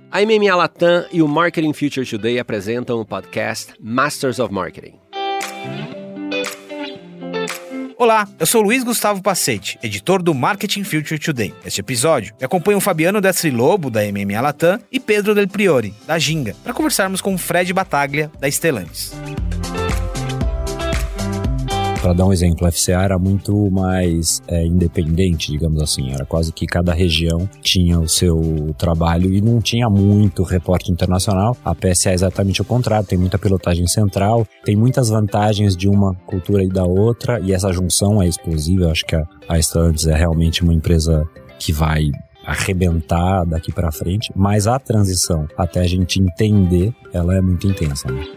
A MMA Latam e o Marketing Future Today apresentam o podcast Masters of Marketing. Olá, eu sou Luiz Gustavo Pacete, editor do Marketing Future Today. Neste episódio, eu acompanho o Fabiano Destri Lobo, da MMA Latam, e Pedro Del Priore, da Ginga, para conversarmos com o Fred Battaglia, da Stellantis. Para dar um exemplo, a FCA era muito mais independente, digamos assim. Era quase que cada região tinha o seu trabalho e não tinha muito reporte internacional. A PSA é exatamente o contrário, tem muita pilotagem central, tem muitas vantagens de uma cultura e da outra, e essa junção é explosiva. Eu acho que a Stellantis é realmente uma empresa que vai arrebentar daqui para frente, mas a transição, até a gente entender, ela é muito intensa, né?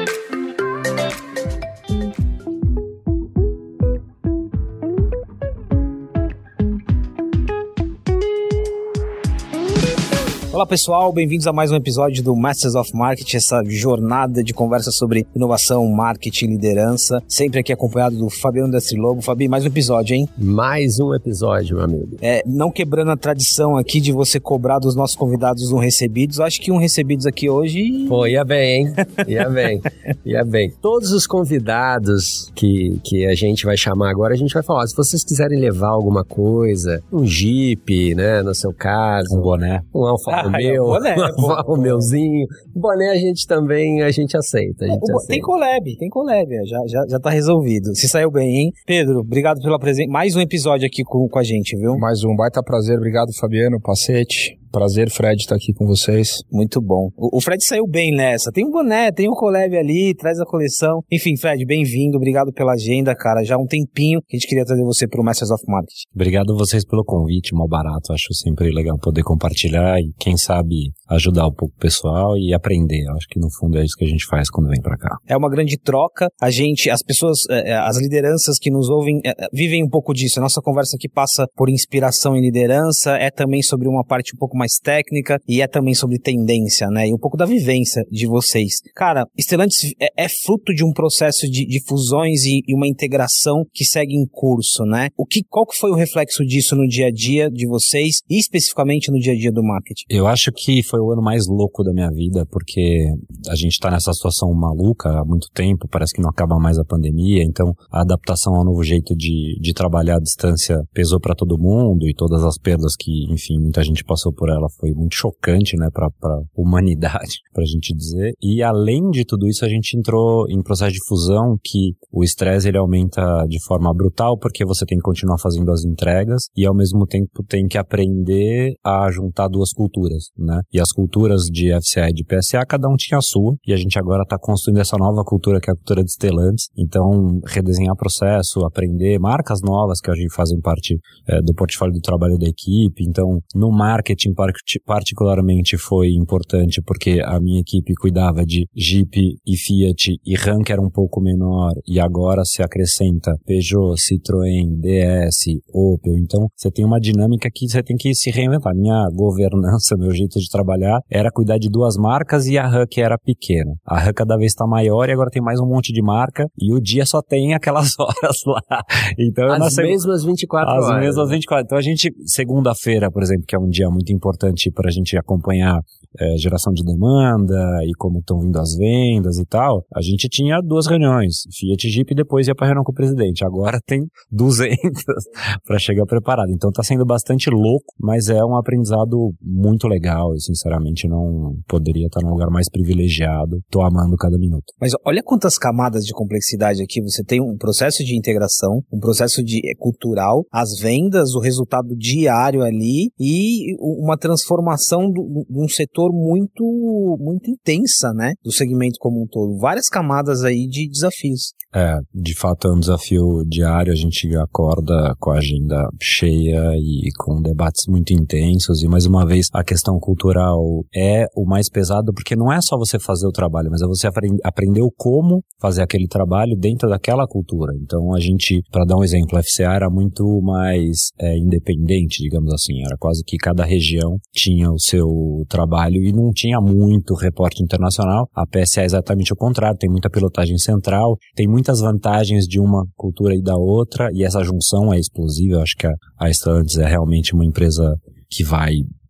Olá pessoal, bem-vindos a mais um episódio do Masters of Marketing, essa jornada de conversa sobre inovação, marketing, liderança, sempre aqui acompanhado do Fabiano Destri Lobo. Fabi, mais um episódio, hein? Mais um episódio, meu amigo. Não quebrando a tradição aqui de você cobrar dos nossos convidados um recebidos, acho que um recebidos aqui hoje... Pô, ia bem, hein? Ia bem. Todos os convidados que a gente vai chamar agora, a gente vai falar, se vocês quiserem levar alguma coisa, um Jeep, né, no seu caso. Um boné. Um Alfa Romeo, o meuzinho. Boné a gente aceita. Tem collab, já tá resolvido. Se saiu bem, hein? Pedro, obrigado pela presença. Mais um episódio aqui com a gente, viu? Mais um, baita prazer. Obrigado, Fabiano, Pacete. Prazer, Fred, estar aqui com vocês. Muito bom. O Fred saiu bem nessa. Tem um boné, tem um collab ali, traz a coleção. Enfim, Fred, bem-vindo. Obrigado pela agenda, cara. Já há um tempinho que a gente queria trazer você para o Masters of Marketing. Obrigado a vocês pelo convite, mal barato. Acho sempre legal poder compartilhar e, quem sabe, ajudar um pouco o pessoal e aprender. Acho que, no fundo, é isso que a gente faz quando vem para cá. É uma grande troca. As pessoas, as lideranças que nos ouvem, vivem um pouco disso. A nossa conversa aqui passa por inspiração em liderança, é também sobre uma parte um pouco mais técnica e é também sobre tendência, né? E um pouco da vivência de vocês. Cara, Stellantis é fruto de um processo de fusões e uma integração que segue em curso, né? Qual que foi o reflexo disso no dia a dia de vocês e especificamente no dia a dia do marketing? Eu acho que foi o ano mais louco da minha vida, porque a gente tá nessa situação maluca há muito tempo, parece que não acaba mais a pandemia, então a adaptação ao novo jeito de trabalhar à distância pesou para todo mundo e todas as perdas que, enfim, muita gente passou por ela foi muito chocante, né, pra humanidade, pra gente dizer. E além de tudo isso, a gente entrou em processo de fusão que o estresse ele aumenta de forma brutal, porque você tem que continuar fazendo as entregas e ao mesmo tempo tem que aprender a juntar duas culturas, né? E as culturas de FCA e de PSA, cada um tinha a sua, e a gente agora tá construindo essa nova cultura, que é a cultura de Stellantis. Então, redesenhar processo, aprender marcas novas que a gente fazem parte do portfólio do trabalho da equipe. Então, no marketing particularmente foi importante porque a minha equipe cuidava de Jeep e Fiat e Ram, que era um pouco menor, e agora se acrescenta Peugeot, Citroën, DS, Opel. Então você tem uma dinâmica que você tem que se reinventar. Minha governança, meu jeito de trabalhar era cuidar de duas marcas e a Ram, que era pequena. A Ram cada vez está maior e agora tem mais um monte de marca e o dia só tem aquelas horas lá. Então, mesmas 24 horas. As mesmas 24. Então a gente, segunda-feira, por exemplo, que é um dia muito importante para a gente acompanhar geração de demanda e como estão vindo as vendas e tal, a gente tinha 2 reuniões, Fiat e Jeep, e depois ia para reunião com o presidente. Agora tem 200 para chegar preparado. Então tá sendo bastante louco, mas é um aprendizado muito legal e sinceramente não poderia estar num lugar mais privilegiado. Tô amando cada minuto. Mas olha quantas camadas de complexidade aqui. Você tem um processo de integração, um processo cultural, as vendas, o resultado diário ali e uma transformação de um setor muito, muito intensa, né? Do segmento como um todo. Várias camadas aí de desafios. De fato é um desafio diário. A gente acorda com a agenda cheia e com debates muito intensos. E mais uma vez, a questão cultural é o mais pesado, porque não é só você fazer o trabalho, mas é você aprender o como fazer aquele trabalho dentro daquela cultura. Então a gente, para dar um exemplo, a FCA era muito mais independente, digamos assim. Era quase que cada região tinha o seu trabalho e não tinha muito reporte internacional. A PSA é exatamente o contrário, tem muita pilotagem central, tem muitas vantagens de uma cultura e da outra, e essa junção é explosiva. Eu acho que a Stellantis é realmente uma empresa que vai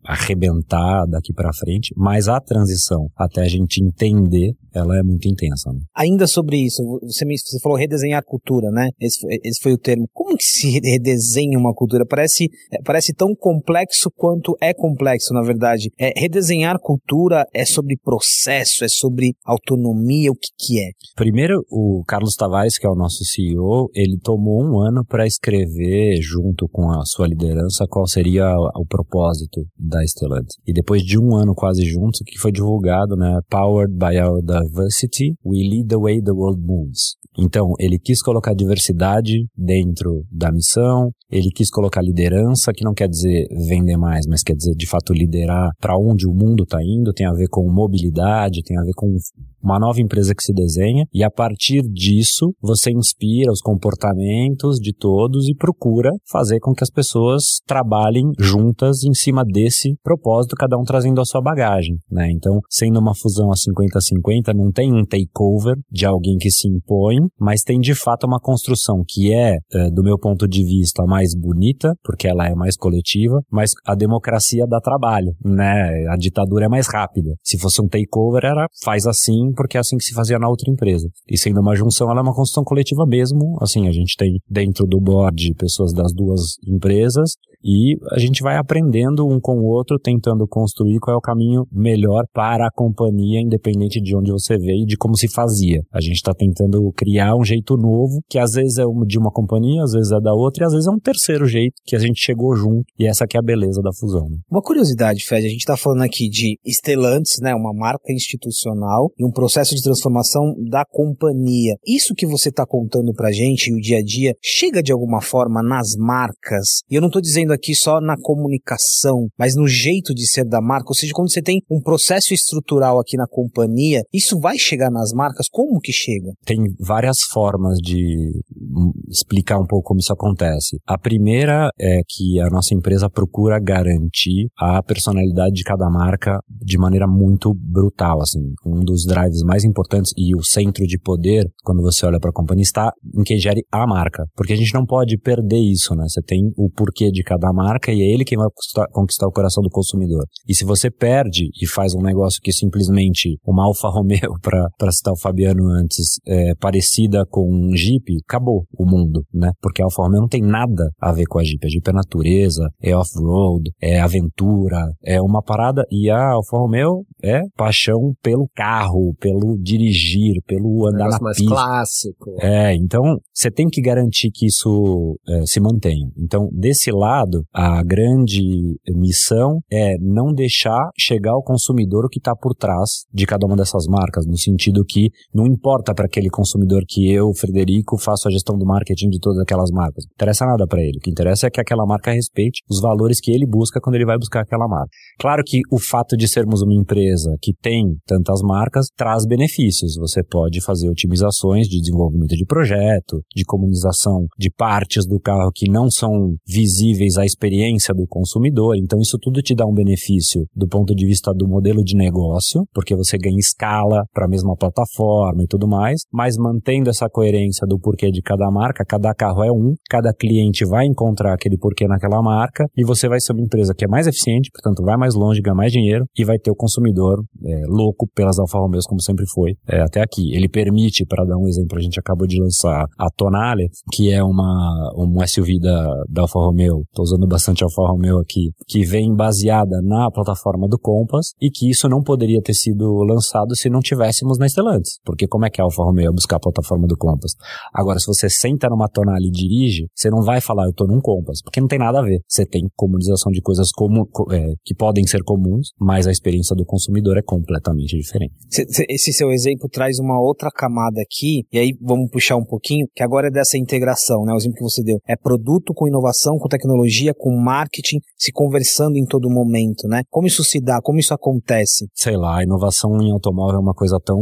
arrebentar daqui para frente, mas a transição até a gente entender, ela é muito intensa, né? Ainda sobre isso, você falou redesenhar cultura, né? Esse foi o termo. Como que se redesenha uma cultura? Parece tão complexo quanto é complexo, na verdade. Redesenhar cultura é sobre processo, é sobre autonomia, o que é? Primeiro, o Carlos Tavares, que é o nosso CEO, ele tomou um ano para escrever, junto com a sua liderança, qual seria o propósito da Stellantis. E depois de um ano quase juntos, que foi divulgado, né? Powered by our diversity, we lead the way the world moves. Então, ele quis colocar diversidade dentro da missão, ele quis colocar liderança, que não quer dizer vender mais, mas quer dizer, de fato, liderar para onde o mundo está indo, tem a ver com mobilidade, tem a ver com uma nova empresa que se desenha, e a partir disso, você inspira os comportamentos de todos e procura fazer com que as pessoas trabalhem juntas em cima desse propósito, cada um trazendo a sua bagagem, né? Então, sendo uma fusão a 50-50, não tem um takeover de alguém que se impõe, mas tem de fato uma construção que do meu ponto de vista, mais bonita, porque ela é mais coletiva, mas a democracia dá trabalho, né? A ditadura é mais rápida. Se fosse um takeover, faz assim, porque é assim que se fazia na outra empresa. E sendo uma junção, ela é uma construção coletiva mesmo. Assim, a gente tem dentro do board pessoas das duas empresas e a gente vai aprendendo um com o outro, tentando construir qual é o caminho melhor para a companhia, independente de onde você veio e de como se fazia. A gente está tentando criar um jeito novo, que às vezes é de uma companhia, às vezes é da outra, e às vezes é um terceiro jeito que a gente chegou junto, e essa que é a beleza da fusão, né? Uma curiosidade, Fred, a gente está falando aqui de Stellantis, né, uma marca institucional e um processo de transformação da companhia. Isso que você está contando pra gente, o dia a dia, chega de alguma forma nas marcas, e eu não estou dizendo aqui só na comunicação, mas no jeito de ser da marca, ou seja, quando você tem um processo estrutural aqui na companhia, isso vai chegar nas marcas? Como que chega? Tem várias formas de explicar um pouco como isso acontece. A primeira é que a nossa empresa procura garantir a personalidade de cada marca de maneira muito brutal, assim. Um dos drives mais importantes e o centro de poder, quando você olha para a companhia, está em quem gere a marca. Porque a gente não pode perder isso, né? Você tem o porquê de cada marca e é ele quem vai conquistar o coração do consumidor. E se você perde e faz um negócio que simplesmente uma Alfa Romeo, para citar o Fabiano antes, parecida com um Jeep, acabou o mundo, né? Porque a Alfa Romeo não tem nada a ver com a Jeep. A Jeep é natureza, é off-road, é aventura, é uma parada, e a Alfa Romeo é paixão pelo carro, pelo dirigir, pelo andar na mais pista. Clássico. Então você tem que garantir que isso se mantenha. Então, desse lado, a grande missão é não deixar chegar ao consumidor o que está por trás de cada uma dessas marcas, no sentido que não importa para aquele consumidor que eu, Frederico, faço a gestão do marketing de todas aquelas marcas. Não interessa nada para ele. O que interessa é que aquela marca respeite os valores que ele busca quando ele vai buscar aquela marca. Claro que o fato de sermos uma empresa que tem tantas marcas traz benefícios. Você pode fazer otimizações de desenvolvimento de projeto, de comunicação de partes do carro que não são visíveis à experiência do consumidor. Então isso tudo te dá um benefício do ponto de vista do modelo de negócio, porque você ganha escala para a mesma plataforma e tudo mais, mas mantendo essa coerência do porquê de cada marca. Cada carro é cada cliente vai encontrar aquele porquê naquela marca e você vai ser uma empresa que é mais eficiente, portanto vai mais longe, ganha mais dinheiro e vai ter o consumidor louco pelas Alfa Romeos, como sempre foi até aqui. Ele permite, para dar um exemplo, a gente acabou de lançar a Tonale, que é um SUV da Alfa Romeo, estou usando bastante a Alfa Romeo aqui, que vem baseada na plataforma do Compass e que isso não poderia ter sido lançado se não tivéssemos na Stellantis, porque como é que a Alfa Romeo buscar a plataforma do Compass? Agora, se você senta numa Tonale e dirige, você não vai falar, eu tô num Compass, porque não tem nada a ver. Você tem comunicação de coisas que podem ser comuns, mas a experiência do consumidor é completamente diferente. Esse seu exemplo traz uma outra camada aqui, e aí vamos puxar um pouquinho, que agora é dessa integração, né? O exemplo que você deu é produto com inovação, com tecnologia, com marketing, se conversando em todo momento, né? Como isso se dá? Como isso acontece? Sei lá, a inovação em automóvel é uma coisa tão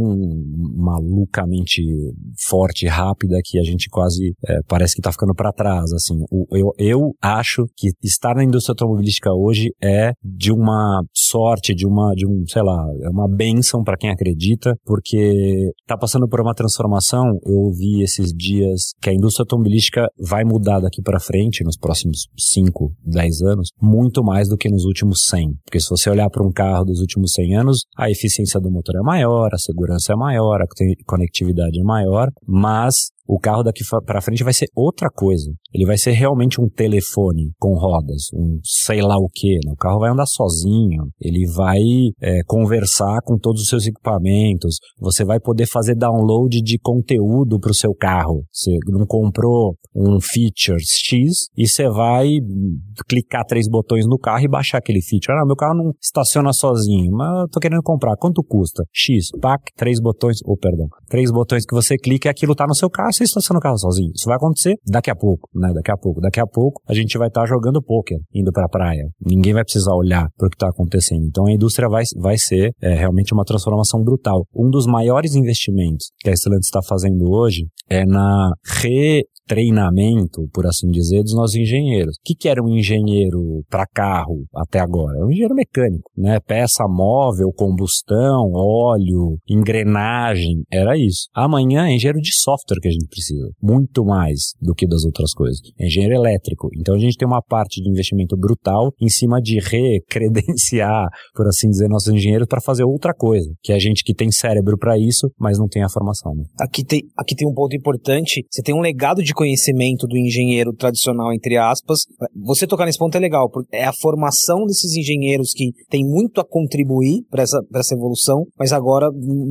malucamente forte e rápida que a gente quase parece que tá ficando para trás, assim. Eu acho que estar na indústria automobilística hoje é de uma sorte, de um sei lá, é uma bênção para quem acredita, porque tá passando por uma transformação. Eu ouvi esses dias que a indústria automobilística vai mudar daqui para frente, nos próximos 5, 10 anos, muito mais do que nos últimos 100. Porque se você olhar para um carro dos últimos 100 anos, a eficiência do motor é maior, a segurança é maior, a conectividade é maior, mas o carro daqui para frente vai ser outra coisa. Ele vai ser realmente um telefone com rodas, um sei lá o que, né? O carro vai andar sozinho, ele vai conversar com todos os seus equipamentos, você vai poder fazer download de conteúdo para o seu carro. Você não comprou um feature X e você vai clicar 3 botões no carro e baixar aquele feature. Meu carro não estaciona sozinho, mas eu tô querendo comprar. Quanto custa? X, pack, 3 botões, 3 botões que você clica e aquilo tá no seu carro, você estaciona o carro sozinho. Isso vai acontecer daqui a pouco, né? Daqui a pouco a gente vai estar jogando pôquer, indo pra praia. Ninguém vai precisar olhar pro que tá acontecendo. Então a indústria vai ser realmente uma transformação brutal. Um dos maiores investimentos que a Stellantis está fazendo hoje é na retreinamento, por assim dizer, dos nossos engenheiros. O que era um engenheiro para carro até agora? É um engenheiro mecânico, né? Peça móvel, combustão, óleo, engrenagem, era isso. Amanhã é engenheiro de software que a gente precisa, muito mais do que das outras coisas. É engenheiro elétrico. Então a gente tem uma parte de investimento brutal em cima de recredenciar, por assim dizer, nossos engenheiros para fazer outra coisa, que é a gente que tem cérebro para isso, mas não tem a formação, né? Aqui tem um ponto importante. Você tem um legado de conhecimento do engenheiro tradicional, entre aspas. Você tocar nesse ponto é legal, porque é a formação desses engenheiros que tem muito a contribuir para essa evolução, mas agora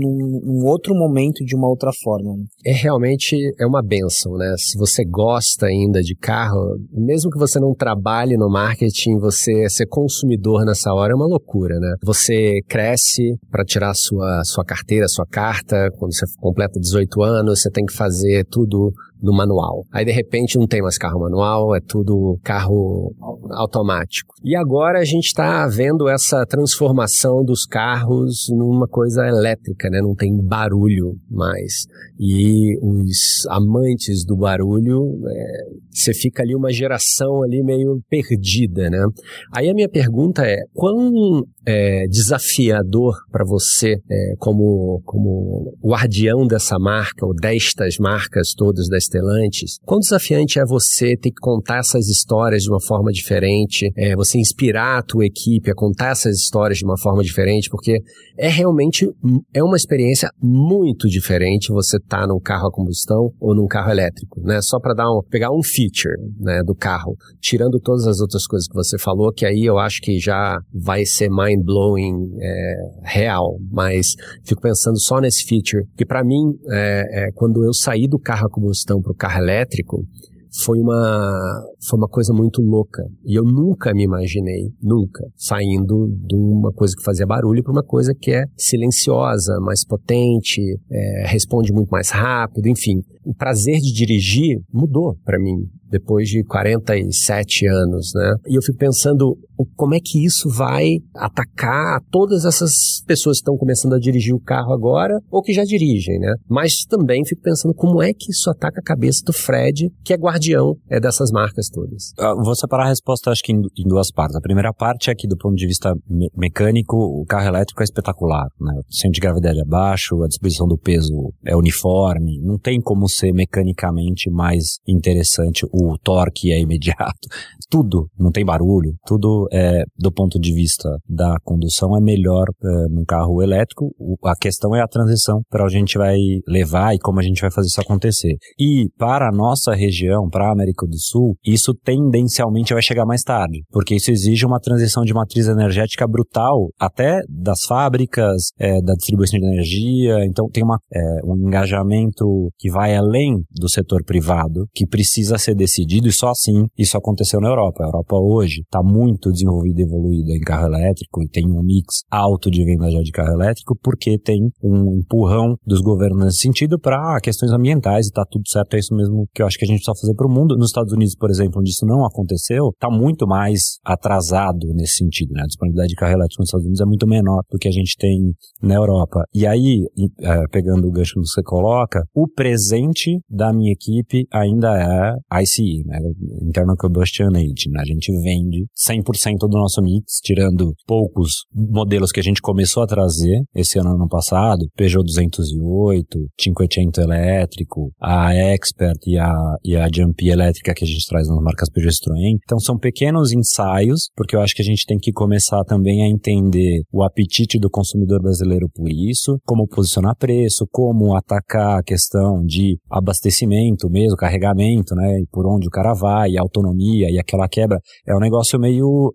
num outro momento e de uma outra forma. Né? Realmente uma bênção, né? Se você gosta ainda de carro, mesmo que você não trabalhe no marketing, você ser consumidor nessa hora é uma loucura, né? Você cresce para tirar sua carteira, sua carta, quando você completa 18 anos, você tem que fazer tudo no manual. Aí, de repente, não tem mais carro manual, é tudo carro automático. E agora a gente está vendo essa transformação dos carros numa coisa elétrica, né? Não tem barulho mais. E os amantes do barulho, você fica ali uma geração ali meio perdida, né? Aí a minha pergunta é, quão desafiador para você, como guardião dessa marca, ou destas marcas todas da Stellantis, quão desafiante é você ter que contar essas histórias de uma forma diferente, você inspirar a tua equipe a contar essas histórias de uma forma diferente, porque realmente uma experiência muito diferente você estar num carro a combustão ou num carro elétrico, né? Só para pegar um feature, né, do carro, tirando todas as outras coisas que você falou, que aí eu acho que já vai ser mind-blowing real, mas fico pensando só nesse feature, que para mim, quando eu saí do carro a combustão para o carro elétrico, foi uma coisa muito louca. E eu nunca me imaginei, saindo de uma coisa que fazia barulho para uma coisa que é silenciosa, mais potente, responde muito mais rápido, enfim. O prazer de dirigir mudou para mim, depois de 47 anos, né? E eu fico pensando como é que isso vai atacar todas essas pessoas que estão começando a dirigir o carro agora, ou que já dirigem, né? Mas também fico pensando como é que isso ataca a cabeça do Fred, que é guardião dessas marcas todas. Vou separar a resposta, acho que em 2 partes. A primeira parte é que, do ponto de vista mecânico, o carro elétrico é espetacular, né? O centro de gravidade é baixo, a distribuição do peso é uniforme, não tem como ser mecanicamente mais interessante, o torque é imediato, tudo, não tem barulho, tudo do ponto de vista da condução é melhor num carro elétrico. A questão é a transição para onde a gente vai levar e como a gente vai fazer isso acontecer. E para a nossa região, para a América do Sul, isso tendencialmente vai chegar mais tarde, porque isso exige uma transição de matriz energética brutal, até das fábricas, da distribuição de energia. Então tem um engajamento que vai além do setor privado, que precisa ser decidido, e só assim isso aconteceu na Europa. A Europa hoje está muito desenvolvida e evoluída em carro elétrico e tem um mix alto de venda já de carro elétrico, porque tem um empurrão dos governos nesse sentido para questões ambientais, e está tudo certo, é isso mesmo que eu acho que a gente precisa fazer para o mundo. Nos Estados Unidos, por exemplo, exemplo, onde isso não aconteceu, está muito mais atrasado nesse sentido, né? A disponibilidade de carro elétrico nos Estados Unidos é muito menor do que a gente tem na Europa. E aí, pegando o gancho que você coloca, o presente da minha equipe ainda é ICE, né? Internal Combustion Engine, né? A gente vende 100% do nosso mix, tirando poucos modelos que a gente começou a trazer esse ano passado, Peugeot 208, 500 elétrico, a Expert e a Jumpy elétrica que a gente traz nas marcas Peugeot e Citroën. Então são pequenos ensaios, porque eu acho que a gente tem que começar também a entender o apetite do consumidor brasileiro por isso, como posicionar preço, como atacar a questão de abastecimento mesmo, carregamento, né, e por onde o cara vai, a autonomia e aquela quebra. É um negócio meio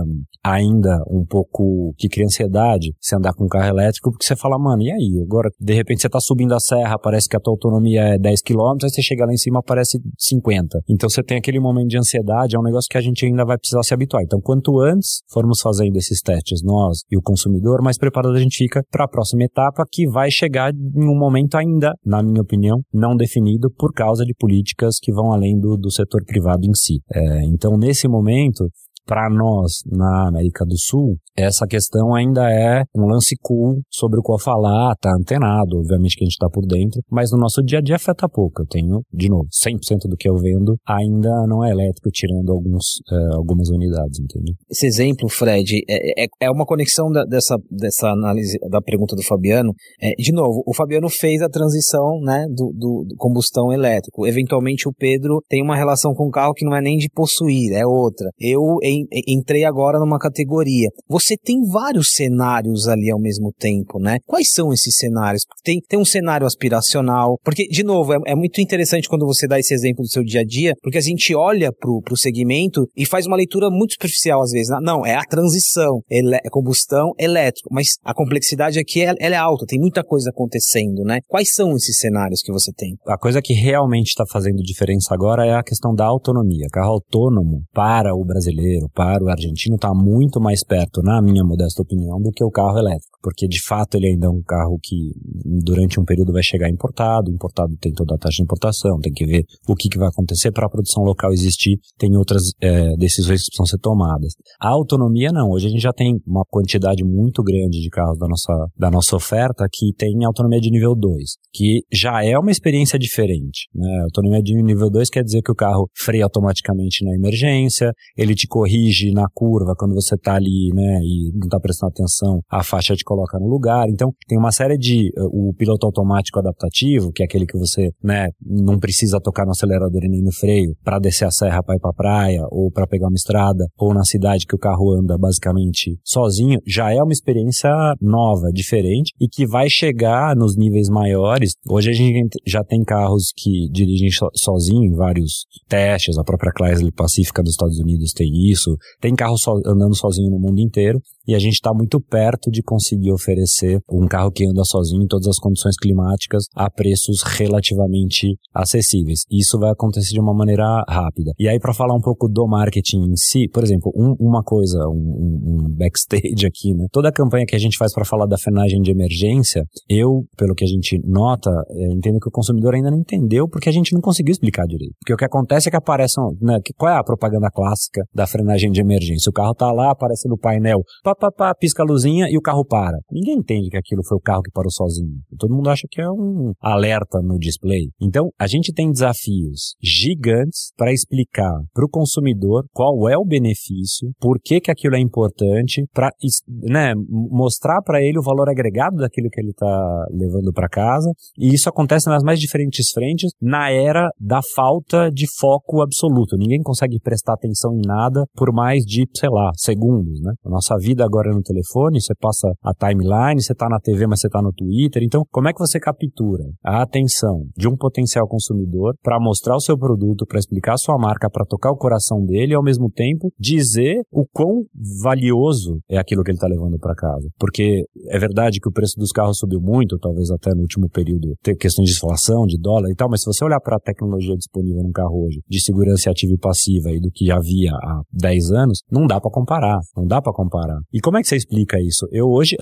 ainda um pouco que cria ansiedade se andar com um carro elétrico, porque você fala, mano, e aí? Agora, de repente você tá subindo a serra, parece que a tua autonomia é 10 km, aí você chega lá em cima, parece 50. Então você tem aquele momento de ansiedade, é um negócio que a gente ainda vai precisar se habituar. Então, quanto antes formos fazendo esses testes, nós e o consumidor, mais preparado a gente fica para a próxima etapa, que vai chegar em um momento ainda, na minha opinião, não definido por causa de políticas que vão além do setor privado em si. Então, nesse momento, para nós, na América do Sul, essa questão ainda é um lance cool sobre o qual falar, tá antenado, obviamente que a gente tá por dentro, mas no nosso dia a dia afeta pouco. Eu tenho, de novo, 100% do que eu vendo ainda não é elétrico, tirando algumas unidades, entendeu? Esse exemplo, Fred, é uma conexão dessa análise da pergunta do Fabiano. De novo, o Fabiano fez a transição, né, do combustão elétrico. Eventualmente o Pedro tem uma relação com o carro que não é nem de possuir, é outra. Eu entrei agora numa categoria. Você tem vários cenários ali ao mesmo tempo, né? Quais são esses cenários? Tem um cenário aspiracional, porque, de novo, é muito interessante quando você dá esse exemplo do seu dia a dia, porque a gente olha pro segmento e faz uma leitura muito superficial às vezes. Não, é a transição, é combustão elétrico, mas a complexidade aqui ela é alta, tem muita coisa acontecendo, né? Quais são esses cenários que você tem? A coisa que realmente está fazendo diferença agora é a questão da autonomia. Carro autônomo para o brasileiro, para o argentino, está muito mais perto, na minha modesta opinião, do que o carro elétrico, porque de fato ele ainda é um carro que durante um período vai chegar importado tem toda a taxa de importação, tem que ver o que vai acontecer para a produção local existir, tem outras decisões que precisam ser tomadas. A autonomia não, hoje a gente já tem uma quantidade muito grande de carros da nossa oferta que tem autonomia de nível 2, que já é uma experiência diferente, né? Autonomia de nível 2 quer dizer que o carro freia automaticamente na emergência, ele te corrige na curva quando você está ali, né, e não está prestando atenção, a faixa te coloca no lugar. Então, tem uma série de... O piloto automático adaptativo, que é aquele que você, né, não precisa tocar no acelerador e nem no freio para descer a serra para ir para a praia, ou para pegar uma estrada, ou na cidade que o carro anda basicamente sozinho, já é uma experiência nova, diferente, e que vai chegar nos níveis maiores. Hoje a gente já tem carros que dirigem sozinho em vários testes, a própria Chrysler Pacifica dos Estados Unidos tem isso, tem carro andando sozinho no mundo inteiro, e a gente está muito perto de conseguir oferecer um carro que anda sozinho em todas as condições climáticas a preços relativamente acessíveis. Isso vai acontecer de uma maneira rápida. E aí, para falar um pouco do marketing em si, por exemplo, uma coisa, um backstage aqui, né? Toda a campanha que a gente faz para falar da frenagem de emergência, pelo que a gente nota, entendo que o consumidor ainda não entendeu porque a gente não conseguiu explicar direito. Porque o que acontece é que aparece, né, qual é a propaganda clássica da frenagem de emergência? O carro tá lá, aparece no painel, pisca a luzinha e o carro para. Ninguém entende que aquilo foi o carro que parou sozinho. Todo mundo acha que é um alerta no display. Então, a gente tem desafios gigantes para explicar para o consumidor qual é o benefício, por que aquilo é importante, para, né, mostrar para ele o valor agregado daquilo que ele está levando para casa. E isso acontece nas mais diferentes frentes na era da falta de foco absoluto. Ninguém consegue prestar atenção em nada por mais de, sei lá, segundos, né? A nossa vida agora é no telefone, você passa a timeline, você tá na TV, mas você tá no Twitter. Então, como é que você captura a atenção de um potencial consumidor para mostrar o seu produto, para explicar a sua marca, para tocar o coração dele e, ao mesmo tempo, dizer o quão valioso é aquilo que ele tá levando para casa? Porque é verdade que o preço dos carros subiu muito, talvez até no último período, tem questões de inflação, de dólar e tal, mas se você olhar para a tecnologia disponível num carro hoje, de segurança ativa e passiva e do que havia há 10 anos, não dá para comparar. E como é que você explica isso? Eu hoje,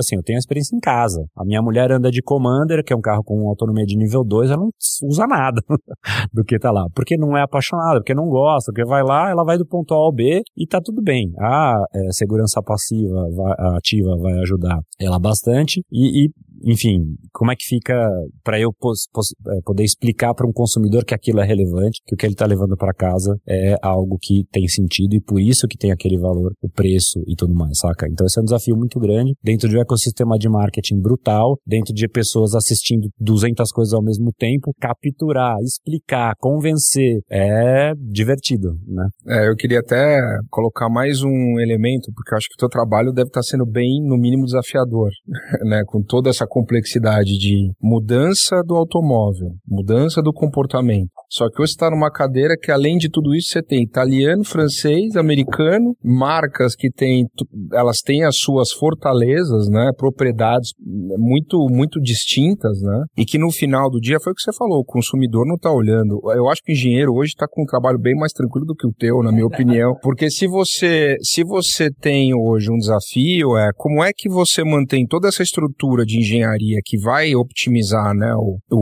assim, eu tenho a experiência em casa. A minha mulher anda de Commander, que é um carro com autonomia de nível 2, ela não usa nada do que tá lá. Porque não é apaixonada, porque não gosta, porque vai lá, ela vai do ponto A ao B e tá tudo bem. Segurança passiva, ativa vai ajudar ela bastante enfim, como é que fica para eu poder explicar para um consumidor que aquilo é relevante, que o que ele está levando para casa é algo que tem sentido e por isso que tem aquele valor, o preço e tudo mais, saca? Então esse é um desafio muito grande dentro de um ecossistema de marketing brutal, dentro de pessoas assistindo 200 coisas ao mesmo tempo, capturar, explicar, convencer, é divertido, né? Eu queria até colocar mais um elemento, porque eu acho que o teu trabalho deve estar sendo bem, no mínimo, desafiador, né? Com toda essa complexidade de mudança do automóvel, mudança do comportamento. Só que hoje você está numa cadeira que, além de tudo isso, você tem italiano, francês, americano, marcas que elas têm as suas fortalezas, né, propriedades muito, muito distintas, né, e que no final do dia foi o que você falou, o consumidor não está olhando. Eu acho que o engenheiro hoje está com um trabalho bem mais tranquilo do que o teu, na minha opinião, porque se você tem hoje um desafio, como é que você mantém toda essa estrutura de engenharia que vai optimizar, né,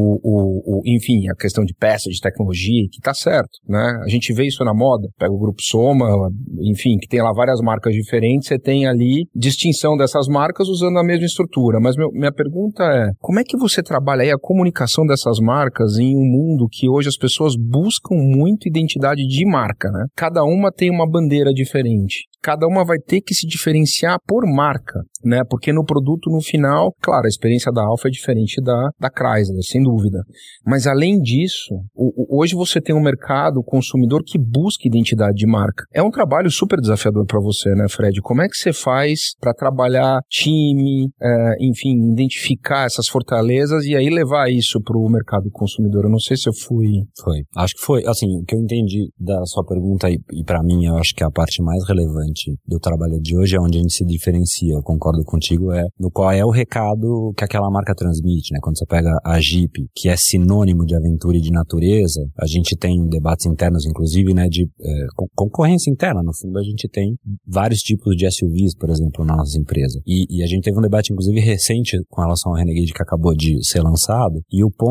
enfim, a questão de peça, de tecnologia, que tá certo, né? A gente vê isso na moda, pega o Grupo Soma, enfim, que tem lá várias marcas diferentes, você tem ali distinção dessas marcas usando a mesma estrutura. Mas minha pergunta é, como é que você trabalha aí a comunicação dessas marcas em um mundo que hoje as pessoas buscam muito identidade de marca, né? Cada uma tem uma bandeira diferente. Cada uma vai ter que se diferenciar por marca, né? Porque no produto, no final, claro, a experiência da Alfa é diferente da Chrysler, sem dúvida. Mas além disso, hoje você tem um mercado consumidor que busca identidade de marca. É um trabalho super desafiador para você, né, Fred? Como é que você faz para trabalhar time, enfim, identificar essas fortalezas e aí levar isso para o mercado consumidor? Eu não sei se eu fui... Foi. Acho que foi. Assim, o que eu entendi da sua pergunta e para mim, eu acho que a parte mais relevante do trabalho de hoje é onde a gente se diferencia, eu concordo contigo, no qual é o recado que aquela marca transmite, né? Quando você pega a Jeep, que é sinônimo de aventura e de natureza, a gente tem debates internos, inclusive, né, de concorrência interna. No fundo, a gente tem vários tipos de SUVs, por exemplo, na nossa empresa. E a gente teve um debate, inclusive, recente com relação ao Renegade que acabou de ser lançado. E o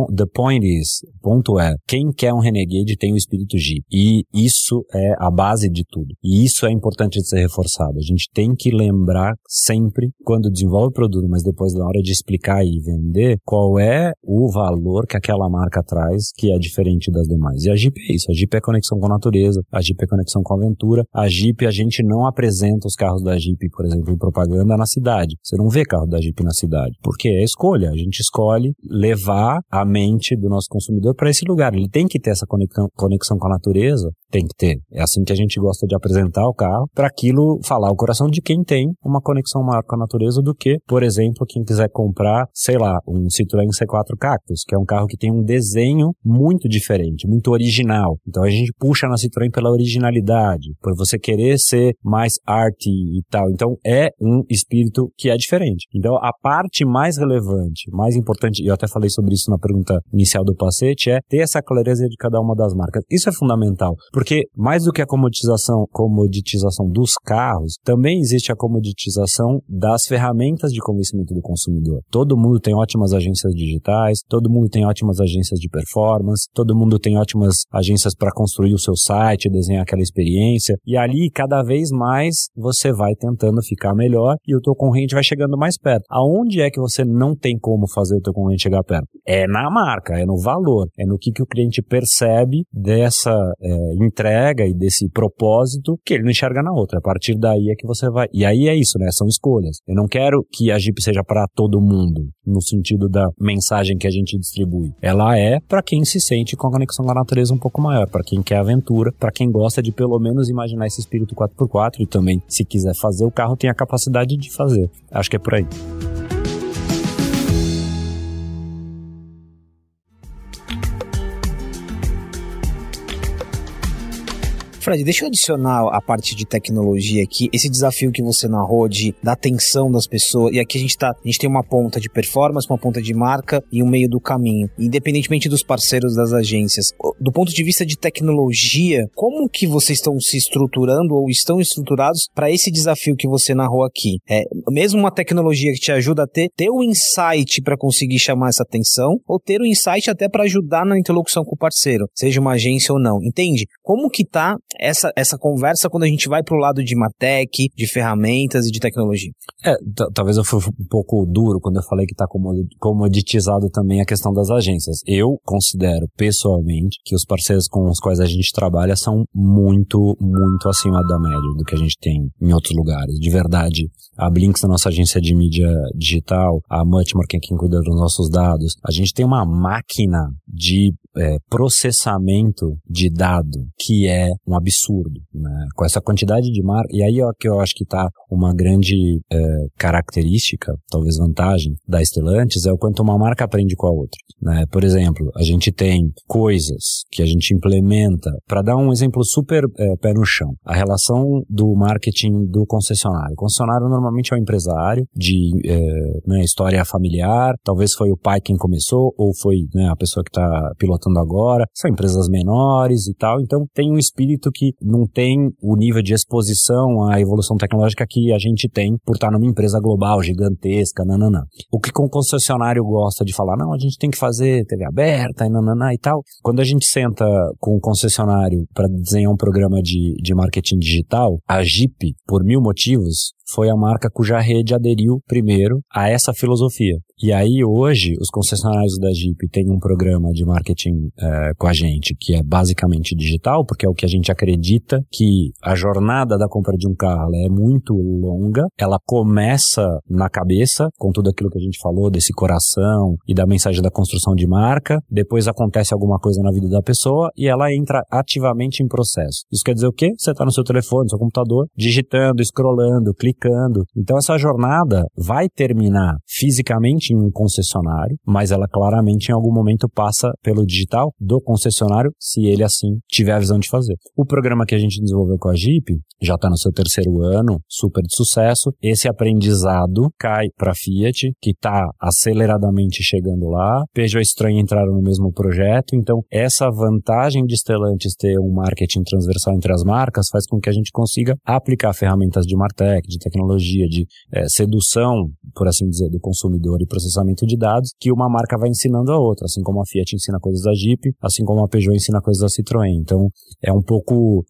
ponto é, quem quer um Renegade tem o espírito Jeep. E isso é a base de tudo. E isso é importante de ser reforçado. A gente tem que lembrar sempre, quando desenvolve o produto, mas depois na hora de explicar e vender, qual é o valor que aquela marca traz, que é diferente das demais. E a Jeep é isso. A Jeep é conexão com a natureza, a Jeep é conexão com a aventura. A Jeep, a gente não apresenta os carros da Jeep, por exemplo, em propaganda na cidade. Você não vê carro da Jeep na cidade. Porque é escolha. A gente escolhe levar a mente do nosso consumidor para esse lugar. Ele tem que ter essa conexão com a natureza. Tem que ter. É assim que a gente gosta de apresentar o carro, para aquilo falar o coração de quem tem uma conexão maior com a natureza do que, por exemplo, quem quiser comprar, sei lá, um Citroën C4 Cactus, que é um carro que tem um desenho muito diferente, muito original. Então a gente puxa na Citroën pela originalidade, por você querer ser mais arty e tal. Então é um espírito que é diferente. Então a parte mais relevante, mais importante, e eu até falei sobre isso na pergunta inicial do Pacete, é ter essa clareza de cada uma das marcas. Isso é fundamental, porque mais do que a comoditização dos carros, também existe a comoditização das ferramentas de convencimento do consumidor. Todo mundo tem ótimas agências digitais, todo mundo tem ótimas agências de performance, todo mundo tem ótimas agências para construir o seu site, desenhar aquela experiência, e ali cada vez mais você vai tentando ficar melhor e o teu concorrente vai chegando mais perto. Aonde é que você não tem como fazer o teu concorrente chegar perto? É na marca, é no valor, é no que o cliente percebe dessa entrega e desse propósito que ele não enxerga na outra. A partir daí é que você vai... E aí é isso, né? São escolhas. Eu não quero que a Jeep seja para todo mundo, no sentido da mensagem que a gente distribui. Ela é para quem se sente com a conexão com a natureza um pouco maior, para quem quer aventura, para quem gosta de pelo menos imaginar esse espírito 4x4 e também, se quiser fazer, o carro tem a capacidade de fazer. Acho que é por aí. Fred, deixa eu adicionar a parte de tecnologia aqui, esse desafio que você narrou da atenção das pessoas, e aqui a gente tem uma ponta de performance, uma ponta de marca e um meio do caminho, independentemente dos parceiros das agências. Do ponto de vista de tecnologia, como que vocês estão se estruturando ou estão estruturados para esse desafio que você narrou aqui? Mesmo uma tecnologia que te ajuda a ter o insight para conseguir chamar essa atenção, ou ter o insight até para ajudar na interlocução com o parceiro, seja uma agência ou não, entende? Como que tá essa conversa quando a gente vai pro lado de Martech, de ferramentas e de tecnologia? Talvez eu fui um pouco duro quando eu falei que tá comoditizado também a questão das agências. Eu considero pessoalmente que os parceiros com os quais a gente trabalha são muito, muito acima da média do que a gente tem em outros lugares. De verdade, a Blinks, a nossa agência de mídia digital, a Muchmore, quem cuida dos nossos dados, a gente tem uma máquina de processamento de dado que é um absurdo, né? Com essa quantidade de marca, e aí é que eu acho que está uma grande característica, talvez vantagem da Stellantis, é o quanto uma marca aprende com a outra, né? Por exemplo, a gente tem coisas que a gente implementa, para dar um exemplo super pé no chão, a relação do marketing do concessionário. O concessionário normalmente é um empresário de história familiar, talvez foi o pai quem começou, ou foi, né, a pessoa que está pilotando agora, são empresas menores e tal, então tem um espírito que não tem o nível de exposição à evolução tecnológica que a gente tem por estar numa empresa global, gigantesca, nananã. O que o concessionário gosta de falar, não, a gente tem que fazer TV aberta e nananã e tal. Quando a gente senta com o concessionário para desenhar um programa de marketing digital, a Jeep, por 1000 motivos, foi a marca cuja rede aderiu primeiro a essa filosofia. E aí hoje os concessionários da Jeep têm um programa de marketing com a gente que é basicamente digital, porque é o que a gente acredita que a jornada da compra de um carro é muito longa, ela começa na cabeça com tudo aquilo que a gente falou desse coração e da mensagem da construção de marca, depois acontece alguma coisa na vida da pessoa e ela entra ativamente em processo. Isso quer dizer o quê? Você está no seu telefone, no seu computador, digitando, scrollando, clicando. Então essa jornada vai terminar fisicamente em um concessionário, mas ela claramente em algum momento passa pelo digital do concessionário, se ele assim tiver a visão de fazer. O programa que a gente desenvolveu com a Jeep já está no seu 3º ano, super de sucesso. Esse aprendizado cai para a Fiat, que está aceleradamente chegando lá. Peugeot e Citroën entraram no mesmo projeto, então essa vantagem de Stellantis ter um marketing transversal entre as marcas faz com que a gente consiga aplicar ferramentas de Martech, de tecnologia, de sedução, por assim dizer, do consumidor e processamento de dados, que uma marca vai ensinando a outra, assim como a Fiat ensina coisas da Jeep, assim como a Peugeot ensina coisas da Citroën. Então, é um pouco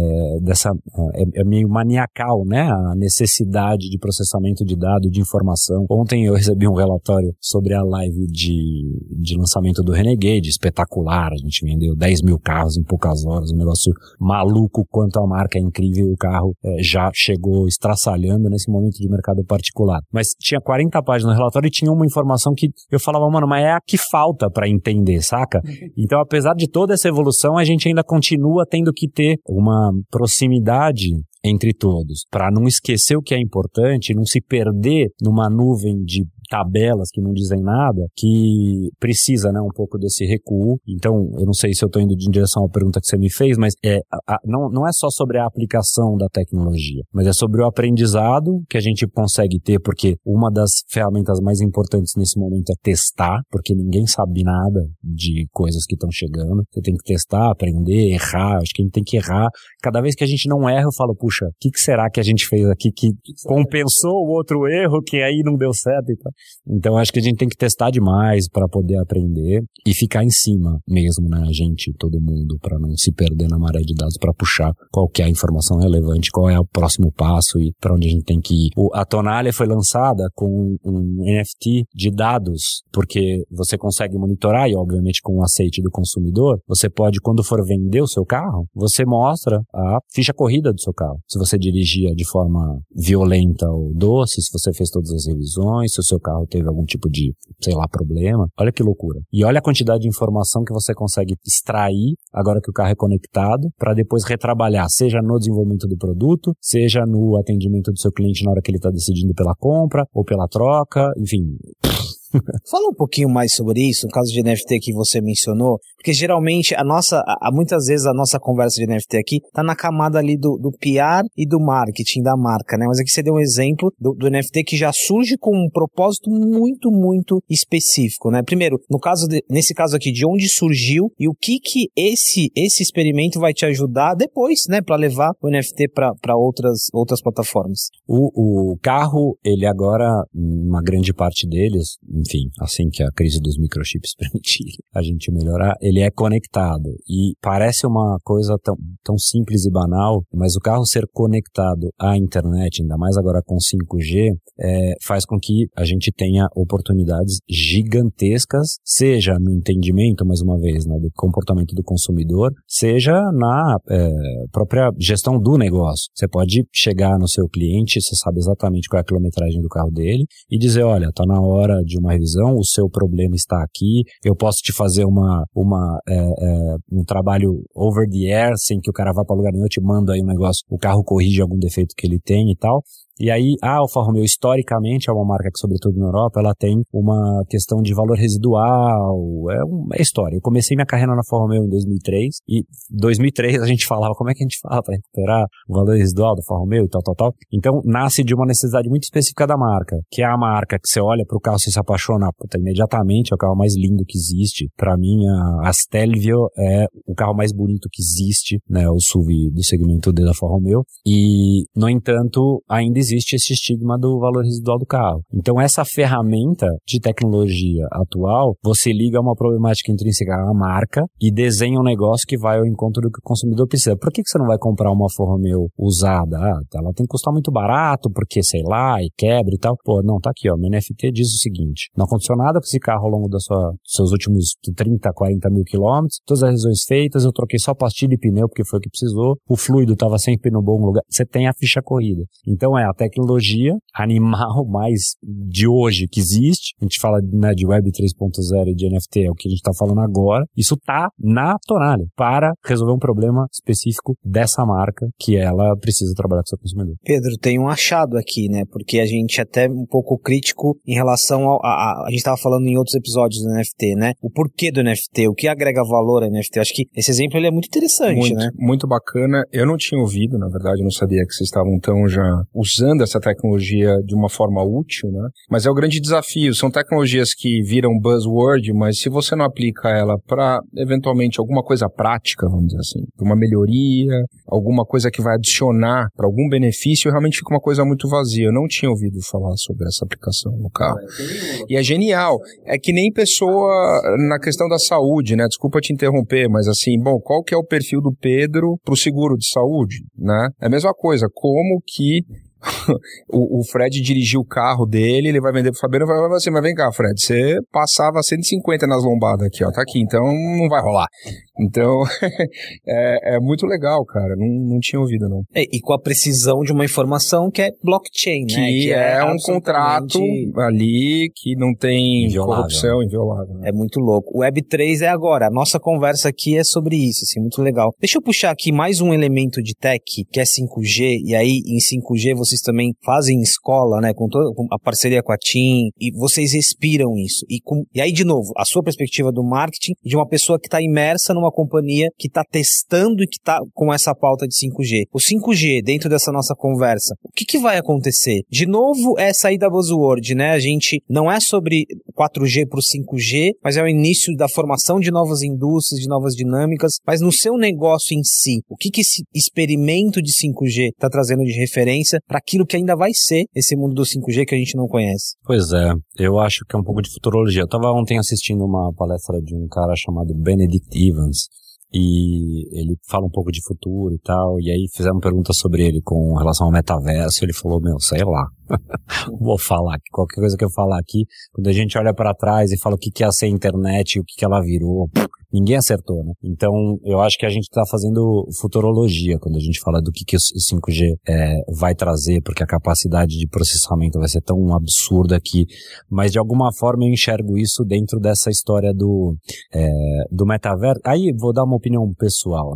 é meio maniacal, né? A necessidade de processamento de dados, de informação. Ontem eu recebi um relatório sobre a live de lançamento do Renegade, espetacular, a gente vendeu 10 mil carros em poucas horas, um negócio maluco, quanto a marca é incrível, o carro já chegou estraçalhando nesse momento de mercado particular. Mas tinha 40 páginas no relatório e tinha uma informação que eu falava, mano, mas é a que falta pra entender, saca? Então, apesar de toda essa evolução, a gente ainda continua tendo que ter uma proximidade entre todos, para não esquecer o que é importante, não se perder numa nuvem de tabelas que não dizem nada, que precisa, né, um pouco desse recuo. Então, eu não sei se eu estou indo em direção à pergunta que você me fez, mas não é só sobre a aplicação da tecnologia, mas é sobre o aprendizado que a gente consegue ter, porque uma das ferramentas mais importantes nesse momento é testar, porque ninguém sabe nada de coisas que estão chegando. Você tem que testar, aprender, errar. Acho que a gente tem que errar. Cada vez que a gente não erra, eu falo, puxa, o que será que a gente fez aqui que compensou o outro erro, que aí não deu certo e tal. Então, acho que a gente tem que testar demais para poder aprender e ficar em cima mesmo, né? A gente, todo mundo, para não se perder na maré de dados, para puxar qual que é a informação relevante, qual é o próximo passo e para onde a gente tem que ir. A Tonalha foi lançada com um NFT de dados, porque você consegue monitorar e, obviamente, com o aceite do consumidor, você pode, quando for vender o seu carro, você mostra a ficha corrida do seu carro. Se você dirigia de forma violenta ou doce, se você fez todas as revisões, se o seu carro teve algum tipo de, sei lá, problema. Olha que loucura. E olha a quantidade de informação que você consegue extrair agora que o carro é conectado para depois retrabalhar, seja no desenvolvimento do produto, seja no atendimento do seu cliente na hora que ele está decidindo pela compra ou pela troca, enfim. Fala um pouquinho mais sobre isso, no caso de NFT que você mencionou, Porque geralmente muitas vezes a nossa conversa de NFT aqui tá na camada ali do PR e do marketing da marca, né? Mas aqui você deu um exemplo do NFT que já surge com um propósito muito, muito específico, né? Primeiro, nesse caso aqui, de onde surgiu e o que esse experimento vai te ajudar depois, né? Para levar o NFT para outras plataformas. O carro, ele agora, uma grande parte deles, enfim, assim que a crise dos microchips permitir a gente melhorar, ele é conectado. E parece uma coisa tão simples e banal, mas o carro ser conectado à internet, ainda mais agora com 5G, faz com que a gente tenha oportunidades gigantescas, seja no entendimento, mais uma vez, né, do comportamento do consumidor, seja na própria gestão do negócio. Você pode chegar no seu cliente, você sabe exatamente qual é a quilometragem do carro dele e dizer, olha, tá na hora de uma revisão, o seu problema está aqui, eu posso te fazer um trabalho over the air, sem que o cara vá para lugar nenhum, eu te mando aí um negócio, o carro corrige algum defeito que ele tem e tal. E aí, a Alfa Romeo, historicamente, é uma marca que, sobretudo na Europa, ela tem uma questão de valor residual, é história. Eu comecei minha carreira na Alfa Romeo em 2003, e em 2003 a gente falava, como é que a gente fala para recuperar o valor residual da Alfa Romeo e tal. Então, nasce de uma necessidade muito específica da marca, que é a marca que você olha pro carro, você se apaixona, imediatamente, é o carro mais lindo que existe. Pra mim, a Stelvio é o carro mais bonito que existe, né, o SUV do segmento da Alfa Romeo, e, no entanto, ainda existe esse estigma do valor residual do carro. Então, essa ferramenta de tecnologia atual, você liga uma problemática intrínseca à marca e desenha um negócio que vai ao encontro do que o consumidor precisa. Por que você não vai comprar uma Alfa Romeo usada? Ela tem que custar muito barato, porque, sei lá, e quebra e tal. Pô, não, tá aqui, ó, meu NFT diz o seguinte, não aconteceu nada com esse carro ao longo dos seus últimos 30, 40 mil quilômetros, todas as revisões feitas, eu troquei só pastilha e pneu, porque foi o que precisou, o fluido estava sempre no bom lugar, você tem a ficha corrida. Então, a tecnologia animal mais de hoje que existe, a gente fala, né, de Web 3.0 e de NFT, é o que a gente está falando agora, isso tá na tonalha para resolver um problema específico dessa marca que ela precisa trabalhar com o seu consumidor. Pedro, tem um achado aqui, né, porque a gente é até um pouco crítico em relação a gente estava falando em outros episódios do NFT, né, o porquê do NFT, o que agrega valor ao NFT, eu acho que esse exemplo ele é muito interessante, né? Muito bacana, eu não tinha ouvido, na verdade, eu não sabia que vocês estavam tão já usando essa tecnologia de uma forma útil, né? Mas é o grande desafio, são tecnologias que viram buzzword, mas se você não aplica ela para, eventualmente, alguma coisa prática, vamos dizer assim, uma melhoria, alguma coisa que vai adicionar para algum benefício, realmente fica uma coisa muito vazia. Eu não tinha ouvido falar sobre essa aplicação no carro. E é genial. É que nem pessoa na questão da saúde, né? Desculpa te interromper, mas assim, bom, qual que é o perfil do Pedro pro seguro de saúde, né? É a mesma coisa, como que o Fred dirigiu o carro dele, ele vai vender pro Fabiano e vai falar assim, mas vem cá, Fred, você passava 150 nas lombadas aqui, ó, tá aqui, então não vai rolar. Então, é muito legal, cara, não tinha ouvido, não. E com a precisão de uma informação que é blockchain, né? Que é um contrato ali que não tem corrupção, inviolável. Né? É muito louco. O Web3 é agora, a nossa conversa aqui é sobre isso, assim, muito legal. Deixa eu puxar aqui mais um elemento de tech, que é 5G, e aí em 5G vocês também fazem escola, né, com a parceria com a TIM, e vocês respiram isso. E aí, de novo, a sua perspectiva do marketing de uma pessoa que está imersa numa companhia que está testando e que está com essa pauta de 5G. O 5G, dentro dessa nossa conversa, o que vai acontecer? De novo, é sair da buzzword, né? A gente não é sobre 4G para o 5G, mas é o início da formação de novas indústrias, de novas dinâmicas, mas no seu negócio em si, o que esse experimento de 5G está trazendo de referência para aquilo que ainda vai ser esse mundo do 5G que a gente não conhece? Pois é, eu acho que é um pouco de futurologia. Eu estava ontem assistindo uma palestra de um cara chamado Benedict Evans, e ele fala um pouco de futuro e tal, e aí fizeram perguntas sobre ele com relação ao metaverso, e ele falou, sei lá, vou falar aqui, qualquer coisa que eu falar aqui, quando a gente olha para trás e fala o que é ser internet e o que ela virou, ninguém acertou, né? Então, eu acho que a gente está fazendo futurologia quando a gente fala do que o 5G vai trazer, porque a capacidade de processamento vai ser tão absurda aqui, mas de alguma forma eu enxergo isso dentro dessa história do metaverso. Aí, vou dar uma opinião pessoal, né?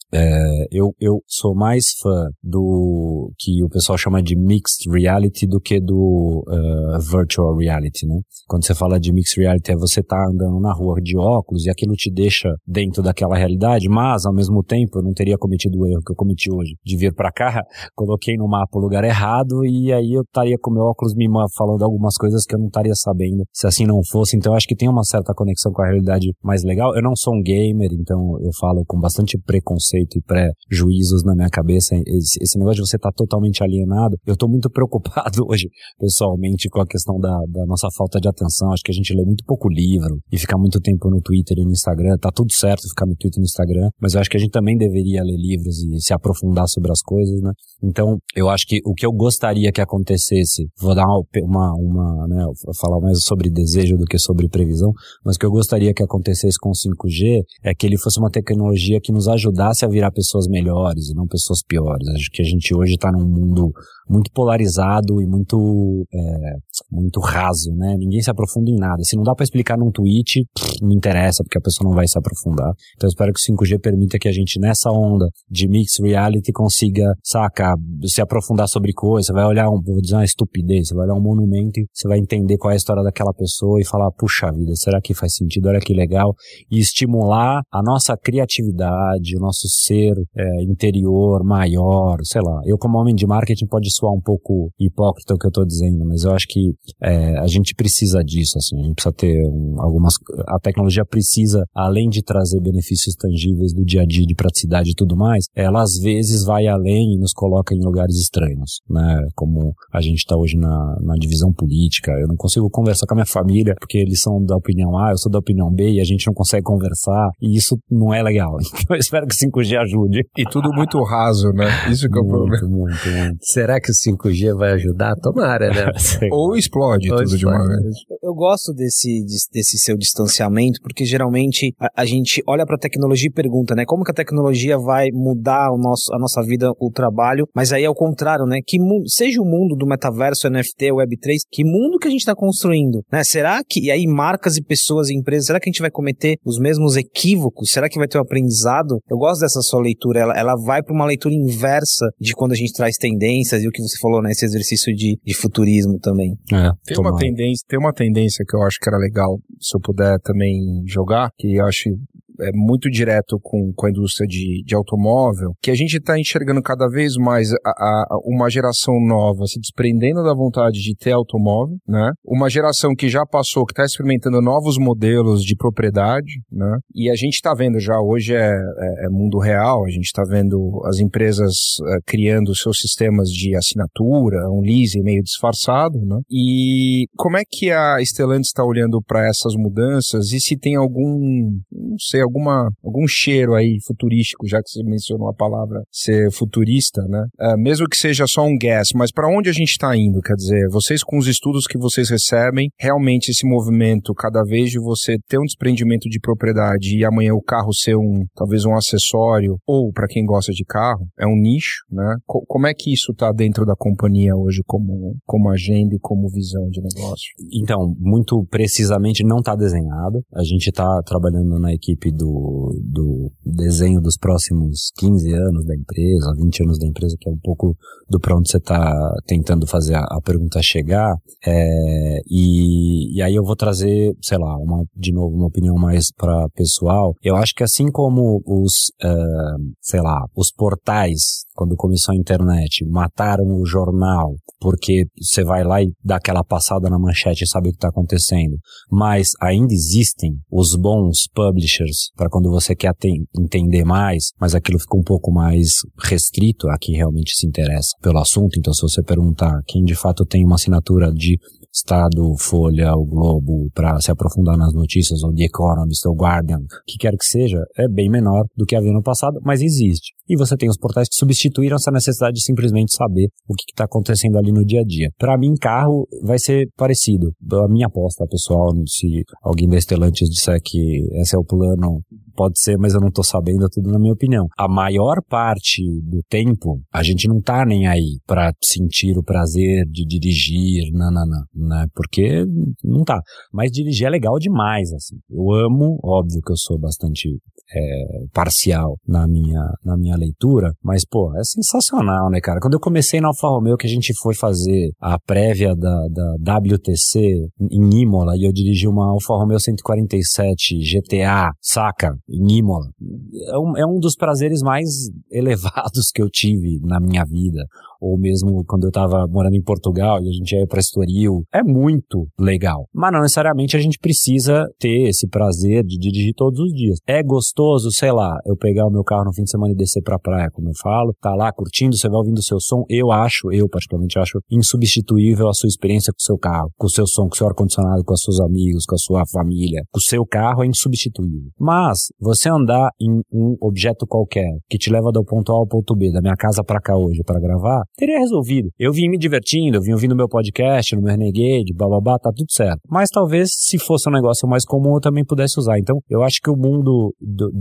Eu sou mais fã do que o pessoal chama de mixed reality do que do virtual reality, né? Quando você fala de mixed reality, é você tá andando na rua de óculos e aquilo te deixa dentro daquela realidade, mas ao mesmo tempo eu não teria cometido o erro que eu cometi hoje de vir pra cá, coloquei no mapa o lugar errado e aí eu estaria com meu óculos me falando algumas coisas que eu não estaria sabendo se assim não fosse. Então eu acho que tem uma certa conexão com a realidade mais legal. Eu não sou um gamer, então eu falo com bastante preconceito e pré-juízos na minha cabeça. Esse negócio de você estar totalmente alienado, eu tô muito preocupado hoje, pessoalmente, com a questão da nossa falta de atenção. Acho que a gente lê muito pouco livro e fica muito tempo no Twitter e no Instagram. Tá tudo certo ficar no Twitter e no Instagram, mas eu acho que a gente também deveria ler livros e se aprofundar sobre as coisas, né? Então, eu acho que o que eu gostaria que acontecesse, vou dar né, falar mais sobre desejo do que sobre previsão, mas o que eu gostaria que acontecesse com o 5G é que ele fosse uma tecnologia que nos ajudasse a virar pessoas melhores e não pessoas piores. Acho que a gente hoje está num mundo muito polarizado e muito raso, né? Ninguém se aprofunda em nada. Se não dá para explicar num tweet, não interessa, porque a pessoa não vai se aprofundar. Então eu espero que o 5G permita que a gente, nessa onda de mixed reality, consiga, se aprofundar sobre coisas. Você vai olhar, vou dizer uma estupidez, você vai olhar um monumento e você vai entender qual é a história daquela pessoa e falar, puxa vida, será que faz sentido? Olha que legal. E estimular a nossa criatividade, o nosso ser interior maior, sei lá. Eu, como homem de marketing, pode soar um pouco hipócrita o que eu tô dizendo, mas eu acho que a gente precisa disso, assim. A gente precisa ter a tecnologia precisa, além de trazer benefícios tangíveis do dia a dia, de praticidade e tudo mais, ela às vezes vai além e nos coloca em lugares estranhos, né? Como a gente tá hoje na divisão política. Eu não consigo conversar com a minha família porque eles são da opinião A, eu sou da opinião B e a gente não consegue conversar e isso não é legal. Então eu espero que o 5G ajude. E tudo muito raso, né? Isso que é o problema. Muito. Será que o 5G vai ajudar? Tomara, né? Ou explode tudo de uma vez. Eu gosto desse seu distanciamento, porque geralmente a gente olha para a tecnologia e pergunta, né? Como que a tecnologia vai mudar a nossa vida, o trabalho? Mas aí é o contrário, né? Seja o mundo do metaverso, NFT, Web3, que mundo que a gente está construindo, né? Será que, e aí marcas e pessoas e empresas, será que a gente vai cometer os mesmos equívocos? Será que vai ter um aprendizado? Eu gosto dessa sua leitura, ela vai para uma leitura inversa de quando a gente traz tendências e o que você falou, né? Esse exercício de futurismo também. Tem uma tendência que eu acho que era legal, se eu puder também jogar, que eu acho muito direto com a indústria de automóvel, que a gente está enxergando cada vez mais uma geração nova se desprendendo da vontade de ter automóvel, né? Uma geração que já passou, que está experimentando novos modelos de propriedade, né? E a gente está vendo já, hoje é mundo real, a gente está vendo as empresas criando seus sistemas de assinatura, um leasing meio disfarçado, né? E como é que a Stellantis está olhando para essas mudanças e se tem algum cheiro aí futurístico, já que você mencionou a palavra ser futurista, né? Mesmo que seja só um guess, mas para onde a gente está indo? Quer dizer, vocês com os estudos que vocês recebem, realmente esse movimento, cada vez de você ter um desprendimento de propriedade e amanhã o carro ser talvez um acessório, ou para quem gosta de carro, é um nicho, né? Como é que isso está dentro da companhia hoje como agenda e como visão de negócio? Então, muito precisamente não está desenhado. A gente está trabalhando na equipe do desenho dos próximos 15 anos da empresa, 20 anos da empresa, que é um pouco do para onde você está tentando fazer a pergunta chegar, e aí eu vou trazer, sei lá, de novo, uma opinião mais para pessoal. Eu acho que assim como os portais, quando começou a internet, mataram o jornal, porque você vai lá e dá aquela passada na manchete e sabe o que está acontecendo, mas ainda existem os bons publishers para quando você quer entender mais, mas aquilo fica um pouco mais restrito a quem realmente se interessa pelo assunto. Então, se você perguntar quem de fato tem uma assinatura de Estado, Folha, o Globo, para se aprofundar nas notícias, ou The Economist, ou Guardian, o que quer que seja, é bem menor do que havia no passado, mas existe. E você tem os portais que substituíram essa necessidade de simplesmente saber o que está acontecendo ali no dia a dia. Para mim, carro vai ser parecido. A minha aposta, pessoal, se alguém da Stellantis disser que esse é o plano, pode ser, mas eu não tô sabendo, é tudo na minha opinião. A maior parte do tempo, a gente não tá nem aí pra sentir o prazer de dirigir, né? Porque não tá. Mas dirigir é legal demais, assim. Eu amo, óbvio que eu sou bastante parcial na minha leitura, mas, pô, é sensacional, né, cara? Quando eu comecei na Alfa Romeo, que a gente foi fazer a prévia da WTC em Imola, e eu dirigi uma Alfa Romeo 147 GTA, saca? Em Imola. É um dos prazeres mais elevados que eu tive na minha vida. Ou mesmo quando eu tava morando em Portugal e a gente ia pra Estoril. É muito legal. Mas não necessariamente a gente precisa ter esse prazer de dirigir todos os dias. É gostoso, sei lá, eu pegar o meu carro no fim de semana e descer pra praia, como eu falo, tá lá curtindo, você vai ouvindo o seu som. Eu particularmente acho insubstituível a sua experiência com o seu carro, com o seu som, com o seu ar-condicionado, com os seus amigos, com a sua família. O seu carro é insubstituível. Mas você andar em um objeto qualquer que te leva do ponto A ao ponto B, da minha casa pra cá hoje pra gravar, teria resolvido. Eu vim me divertindo, eu vim ouvindo meu podcast, no meu Renegade, bababá, tá tudo certo. Mas talvez, se fosse um negócio mais comum, eu também pudesse usar. Então, eu acho que o mundo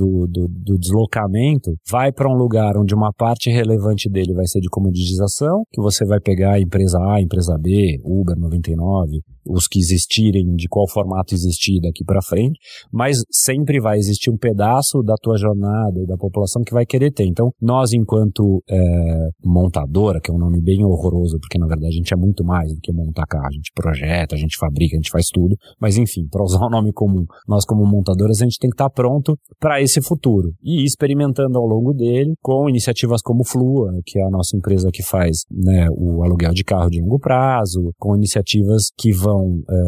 do deslocamento vai para um lugar onde uma parte relevante dele vai ser de comoditização, que você vai pegar a empresa A, a empresa B, Uber 99, os que existirem, de qual formato existir daqui para frente, mas sempre vai existir um pedaço da tua jornada e da população que vai querer ter. Então, nós, enquanto montadora, que é um nome bem horroroso, porque na verdade a gente é muito mais do que montar carro, a gente projeta, a gente fabrica, a gente faz tudo, mas enfim, para usar um nome comum, nós como montadoras, a gente tem que estar pronto para esse futuro e ir experimentando ao longo dele com iniciativas como Flua, que é a nossa empresa que faz, né, o aluguel de carro de longo prazo, com iniciativas que vão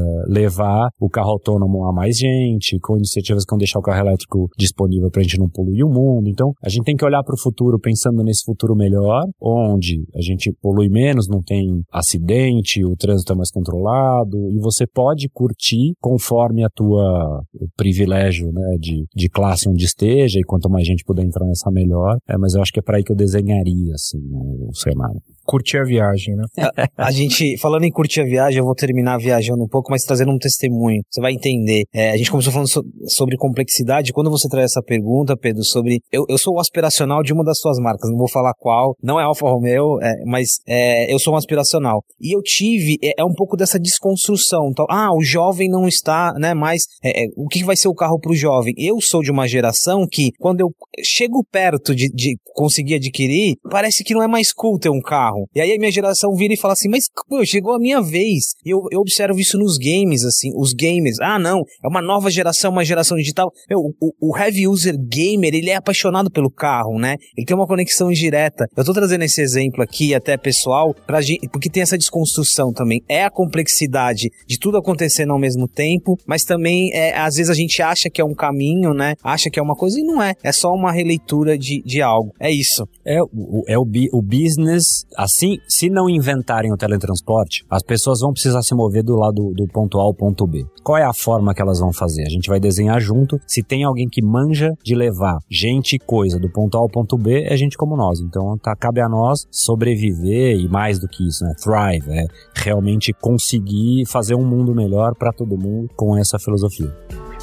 levar o carro autônomo a mais gente, com iniciativas que vão deixar o carro elétrico disponível para a gente não poluir o mundo. Então, a gente tem que olhar para o futuro pensando nesse futuro melhor, onde a gente polui menos, não tem acidente, o trânsito é mais controlado, e você pode curtir conforme o privilégio, né, de classe onde esteja, e quanto mais gente puder entrar nessa, melhor. Mas eu acho que é para aí que eu desenharia, assim, o cenário. Curtir a viagem, né? A gente, falando em curtir a viagem, eu vou terminar viajando um pouco, mas trazendo um testemunho. Você vai entender. A gente começou falando sobre complexidade. Quando você traz essa pergunta, Pedro, sobre... Eu sou o aspiracional de uma das suas marcas, não vou falar qual, não é Alfa Romeo, mas eu sou um aspiracional. E eu tive um pouco dessa desconstrução. Então, o jovem não está, né, mais... o que vai ser o carro pro jovem? Eu sou de uma geração que, quando eu chego perto de conseguir adquirir, parece que não é mais cool ter um carro. E aí a minha geração vira e fala assim, mas chegou a minha vez. Eu observo isso nos games, assim, os gamers. Não, é uma nova geração, uma geração digital. O heavy user gamer, ele é apaixonado pelo carro, né? Ele tem uma conexão indireta. Eu tô trazendo esse exemplo aqui, até pessoal, pra gente, porque tem essa desconstrução também. É a complexidade de tudo acontecendo ao mesmo tempo, mas também, às vezes a gente acha que é um caminho, né? Acha que é uma coisa e não é. É só uma releitura de algo. É isso. O business... Assim, se não inventarem o teletransporte, as pessoas vão precisar se mover do lado do ponto A ao ponto B. Qual é a forma que elas vão fazer? A gente vai desenhar junto. Se tem alguém que manja de levar gente e coisa do ponto A ao ponto B, é gente como nós. Então, cabe a nós sobreviver e mais do que isso, né? Thrive, realmente conseguir fazer um mundo melhor para todo mundo com essa filosofia.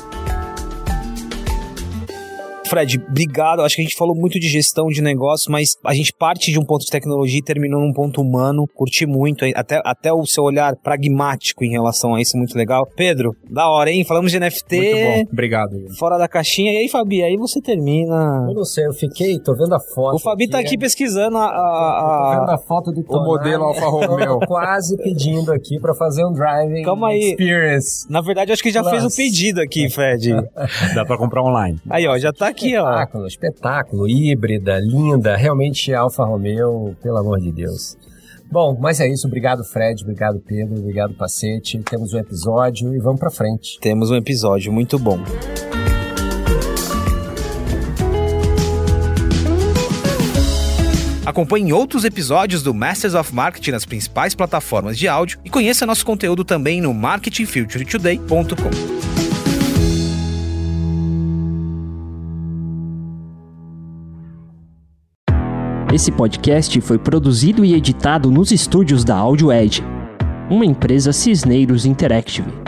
Fred, obrigado. Acho que a gente falou muito de gestão de negócio, mas a gente parte de um ponto de tecnologia e terminou num ponto humano. Curti muito, até o seu olhar pragmático em relação a isso, muito legal. Pedro, da hora, hein? Falamos de NFT. Muito bom, obrigado. Fora da caixinha. E aí, Fabi, aí você termina... Eu não sei, tô vendo a foto. O Fabi tá aqui pesquisando tô vendo a foto do o modelo Alfa Romeo. Quase pedindo aqui pra fazer um driving experience. Na verdade, acho que já fez o pedido aqui, Fred. Dá pra comprar online. Aí, ó, já tá aqui. Espetáculo, híbrida, linda, realmente Alfa Romeo, pelo amor de Deus. Bom, mas é isso, obrigado Fred, obrigado Pedro, obrigado Pacete, temos um episódio e vamos pra frente. Temos um episódio muito bom. Acompanhe outros episódios do Masters of Marketing nas principais plataformas de áudio e conheça nosso conteúdo também no marketingfuturetoday.com. Esse podcast foi produzido e editado nos estúdios da Audio Edge, uma empresa Cisneiros Interactive.